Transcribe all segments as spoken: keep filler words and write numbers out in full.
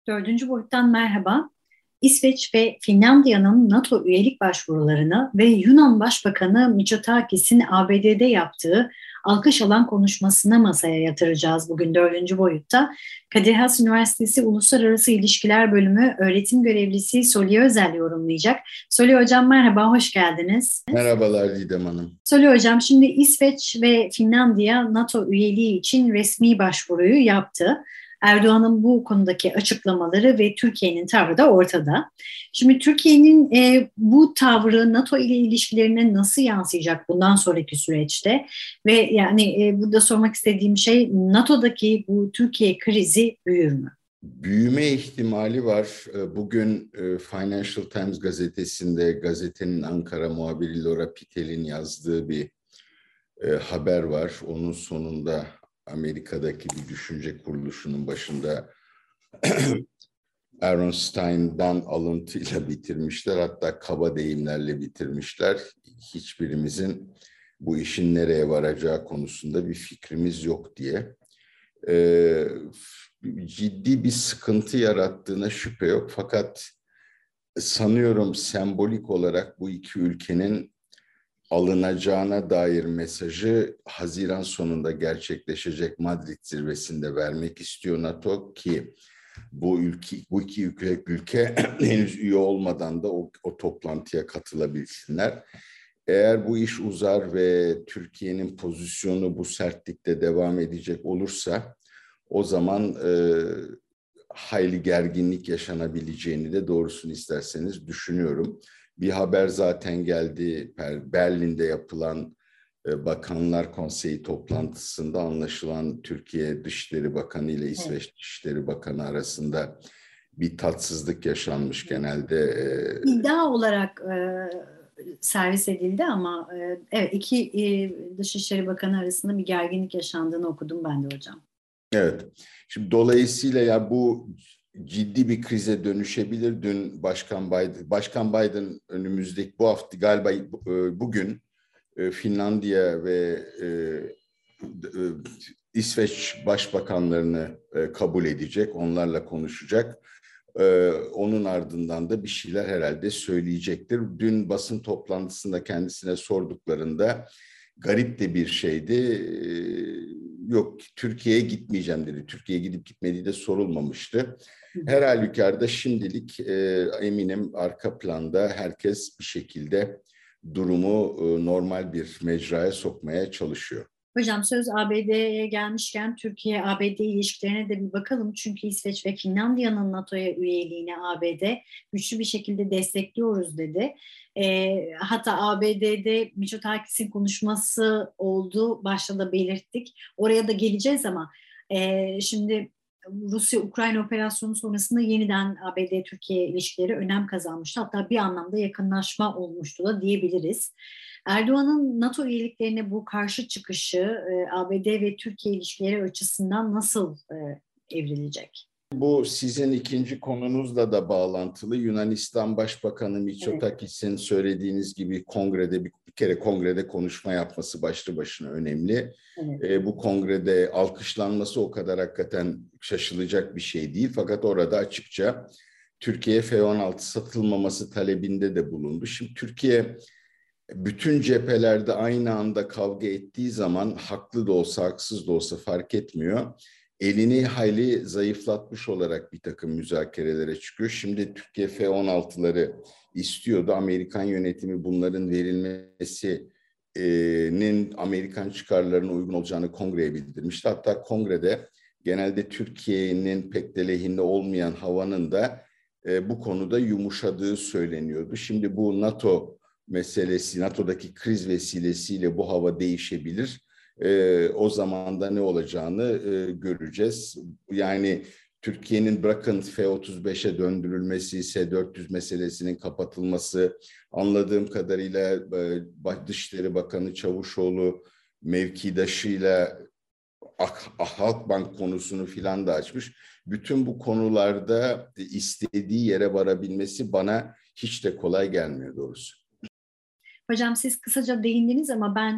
Dördüncü boyuttan merhaba. İsveç ve Finlandiya'nın NATO üyelik başvurularını ve Yunan Başbakanı Mitsotakis'in A B D'de yaptığı alkış alan konuşmasına masaya yatıracağız bugün dördüncü boyutta. Kadir Has Üniversitesi Uluslararası İlişkiler Bölümü öğretim görevlisi Solhi Özel yorumlayacak. Solhi Hocam merhaba, hoş geldiniz. Merhabalar Didem Hanım. Solhi Hocam, şimdi İsveç ve Finlandiya NATO üyeliği için resmi başvuruyu yaptı. Erdoğan'ın bu konudaki açıklamaları ve Türkiye'nin tavrı da ortada. Şimdi Türkiye'nin e, bu tavrı NATO ile ilişkilerine nasıl yansıyacak bundan sonraki süreçte? Ve yani e, burada sormak istediğim şey, NATO'daki bu Türkiye krizi büyür mü? Büyüme ihtimali var. Bugün Financial Times gazetesinde gazetenin Ankara muhabiri Laura Pitel'in yazdığı bir haber var. Onun sonunda Amerika'daki bir düşünce kuruluşunun başında Aaron Stein'dan alıntıyla bitirmişler. Hatta kaba deyimlerle bitirmişler. Hiçbirimizin bu işin nereye varacağı konusunda bir fikrimiz yok diye. Ee, ciddi bir sıkıntı yarattığına şüphe yok. Fakat sanıyorum sembolik olarak bu iki ülkenin alınacağına dair mesajı Haziran sonunda gerçekleşecek Madrid zirvesinde vermek istiyor NATO ki bu ülke, bu iki ülke, ülke henüz üye olmadan da o, o toplantıya katılabilsinler. Eğer bu iş uzar ve Türkiye'nin pozisyonu bu sertlikte devam edecek olursa o zaman e, hayli gerginlik yaşanabileceğini de doğrusunu isterseniz düşünüyorum. Bir haber zaten geldi. Berlin'de yapılan e, Bakanlar Konseyi toplantısında anlaşılan Türkiye Dışişleri Bakanı ile İsveç evet. Dışişleri Bakanı arasında bir tatsızlık yaşanmış genelde. E, İddia olarak e, servis edildi ama e, evet iki e, Dışişleri Bakanı arasında bir gerginlik yaşandığını okudum ben de hocam. Evet. Şimdi dolayısıyla ya bu ciddi bir krize dönüşebilir. Dün Başkan Biden, Başkan Biden önümüzdeki bu hafta galiba bugün Finlandiya ve İsveç başbakanlarını kabul edecek, onlarla konuşacak. Onun ardından da bir şeyler herhalde söyleyecektir. Dün basın toplantısında kendisine sorduklarında garip de bir şeydi. Yok, Türkiye'ye gitmeyeceğim dedi. Türkiye'ye gidip gitmediği de sorulmamıştı. Her halükarda şimdilik e, eminim arka planda herkes bir şekilde durumu e, normal bir mecraya sokmaya çalışıyor. Hocam, söz A B D'ye gelmişken Türkiye-A B D ilişkilerine de bir bakalım. Çünkü İsveç ve Finlandiya'nın NATO'ya üyeliğini A B D güçlü bir şekilde destekliyoruz dedi. E, hatta A B D'de Mitsotakis'in konuşması oldu, başta da belirttik. Oraya da geleceğiz ama e, şimdi Rusya-Ukrayna operasyonu sonrasında yeniden A B D-Türkiye ilişkileri önem kazanmıştı. Hatta bir anlamda yakınlaşma olmuştu da diyebiliriz. Erdoğan'ın NATO üyeliklerine bu karşı çıkışı e, A B D ve Türkiye ilişkileri açısından nasıl e, evrilecek? Bu sizin ikinci konunuzla da bağlantılı. Yunanistan Başbakanı Mitsotakis'in evet. söylediğiniz gibi kongrede bir, bir kere kongrede konuşma yapması başlı başına önemli. Evet. E, bu kongrede alkışlanması o kadar hakikaten şaşılacak bir şey değil. Fakat orada açıkça Türkiye'ye F on altı satılmaması talebinde de bulundu. Şimdi Türkiye bütün cephelerde aynı anda kavga ettiği zaman haklı da olsa haksız da olsa fark etmiyor. Elini hayli zayıflatmış olarak bir takım müzakerelere çıkıyor. Şimdi Türkiye F on altıları istiyordu. Amerikan yönetimi bunların verilmesinin Amerikan çıkarlarına uygun olacağını kongreye bildirmişti. Hatta kongrede genelde Türkiye'nin pek de lehinde olmayan havanın da bu konuda yumuşadığı söyleniyordu. Şimdi bu NATO meselesi, NATO'daki kriz vesilesiyle bu hava değişebilir. Ee, o zaman da ne olacağını e, göreceğiz. Yani Türkiye'nin bırakın F otuz beşe döndürülmesi, S dört yüz meselesinin kapatılması, anladığım kadarıyla e, Dışişleri Bakanı Çavuşoğlu mevkidaşıyla Halkbank konusunu filan da açmış. Bütün bu konularda istediği yere varabilmesi bana hiç de kolay gelmiyor doğrusu. Hocam, siz kısaca değindiniz ama ben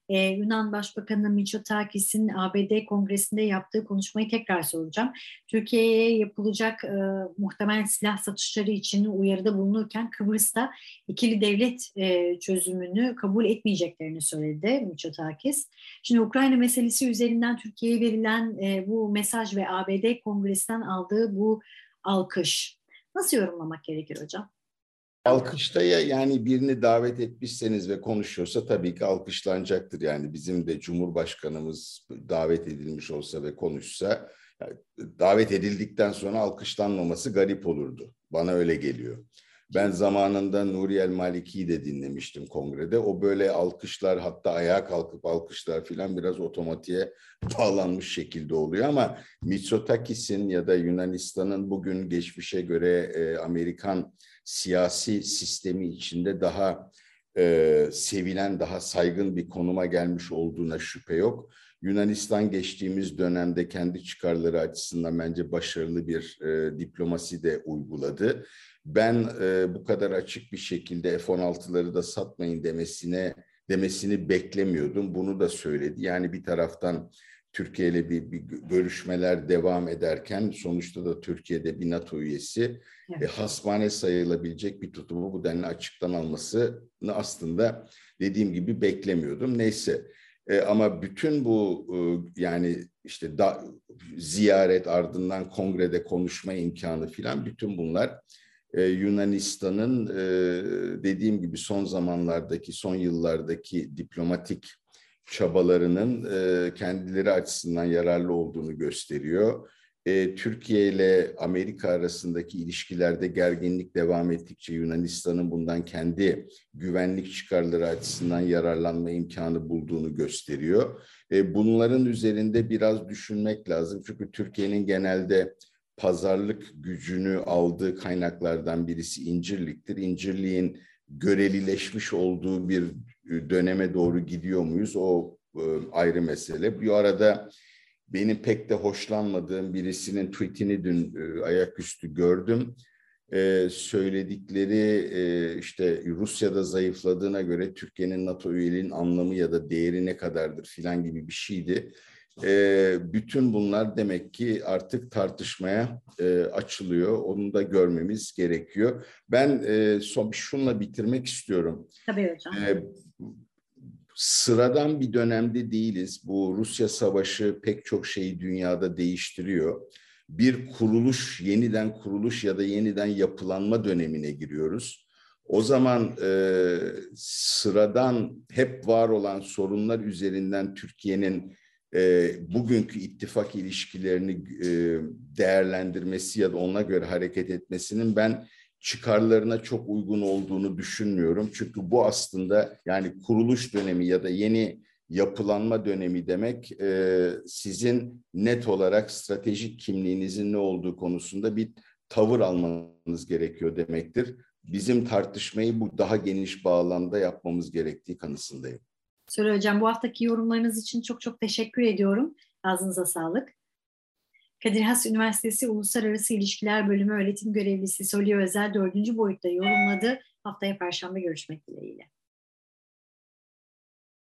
Ee, Yunan Başbakanı Mitsotakis'in A B D Kongresi'nde yaptığı konuşmayı tekrar soracağım. Türkiye'ye yapılacak e, muhtemel silah satışları için uyarıda bulunurken Kıbrıs'ta ikili devlet e, çözümünü kabul etmeyeceklerini söyledi Mitsotakis. Şimdi Ukrayna meselesi üzerinden Türkiye'ye verilen e, bu mesaj ve A B D Kongresi'nden aldığı bu alkış nasıl yorumlamak gerekir hocam? Alkışta ya yani birini davet etmişseniz ve konuşuyorsa tabii ki alkışlanacaktır. Yani bizim de Cumhurbaşkanımız davet edilmiş olsa ve konuşsa, yani davet edildikten sonra alkışlanmaması garip olurdu. Bana öyle geliyor. Ben zamanında Nuri El Maliki'yi de dinlemiştim kongrede. O böyle alkışlar, hatta ayağa kalkıp alkışlar filan biraz otomatiğe bağlanmış şekilde oluyor. Ama Mitsotakis'in ya da Yunanistan'ın bugün geçmişe göre e, Amerikan siyasi sistemi içinde daha e, sevilen, daha saygın bir konuma gelmiş olduğuna şüphe yok. Yunanistan geçtiğimiz dönemde kendi çıkarları açısından bence başarılı bir e, diplomasi de uyguladı. Ben e, bu kadar açık bir şekilde F on altıları da satmayın demesine demesini beklemiyordum. Bunu da söyledi. Yani bir taraftan Türkiye ile bir, bir görüşmeler devam ederken sonuçta da Türkiye'de bir NATO üyesi, evet. e, hasbane sayılabilecek bir tutumu bu denli açıktan almasını aslında dediğim gibi beklemiyordum. Neyse. E, ama bütün bu e, yani işte da, ziyaret ardından kongrede konuşma imkanı filan, bütün bunlar e, Yunanistan'ın e, dediğim gibi son zamanlardaki, son yıllardaki diplomatik çabalarının e, kendileri açısından yararlı olduğunu gösteriyor. E, Türkiye ile Amerika arasındaki ilişkilerde gerginlik devam ettikçe Yunanistan'ın bundan kendi güvenlik çıkarları açısından yararlanma imkanı bulduğunu gösteriyor. E, bunların üzerinde biraz düşünmek lazım. Çünkü Türkiye'nin genelde pazarlık gücünü aldığı kaynaklardan birisi İncirlik'tir. İncirlik'in görelileşmiş olduğu bir döneme doğru gidiyor muyuz? O e, ayrı mesele. Bu arada benim pek de hoşlanmadığım birisinin tweetini dün e, ayaküstü gördüm. E, söyledikleri e, işte Rusya'da zayıfladığına göre Türkiye'nin NATO üyeliğinin anlamı ya da değeri ne kadardır filan gibi bir şeydi. E, bütün bunlar demek ki artık tartışmaya e, açılıyor. Onu da görmemiz gerekiyor. Ben e, son şunla bitirmek istiyorum. Tabii hocam. E, Sıradan bir dönemde değiliz. Bu Rusya savaşı pek çok şeyi dünyada değiştiriyor. Bir kuruluş, yeniden kuruluş ya da yeniden yapılanma dönemine giriyoruz. O zaman e, sıradan hep var olan sorunlar üzerinden Türkiye'nin e, bugünkü ittifak ilişkilerini e, değerlendirmesi ya da ona göre hareket etmesinin ben çıkarlarına çok uygun olduğunu düşünmüyorum. Çünkü bu aslında yani kuruluş dönemi ya da yeni yapılanma dönemi demek e, sizin net olarak stratejik kimliğinizin ne olduğu konusunda bir tavır almanız gerekiyor demektir. Bizim tartışmayı bu daha geniş bağlamda yapmamız gerektiği kanısındayım. Söyle hocam, bu haftaki yorumlarınız için çok çok teşekkür ediyorum. Ağzınıza sağlık. Kadir Has Üniversitesi Uluslararası İlişkiler Bölümü öğretim görevlisi Solio Özel dördüncü boyutta yorumladı. Haftaya Perşembe görüşmek dileğiyle.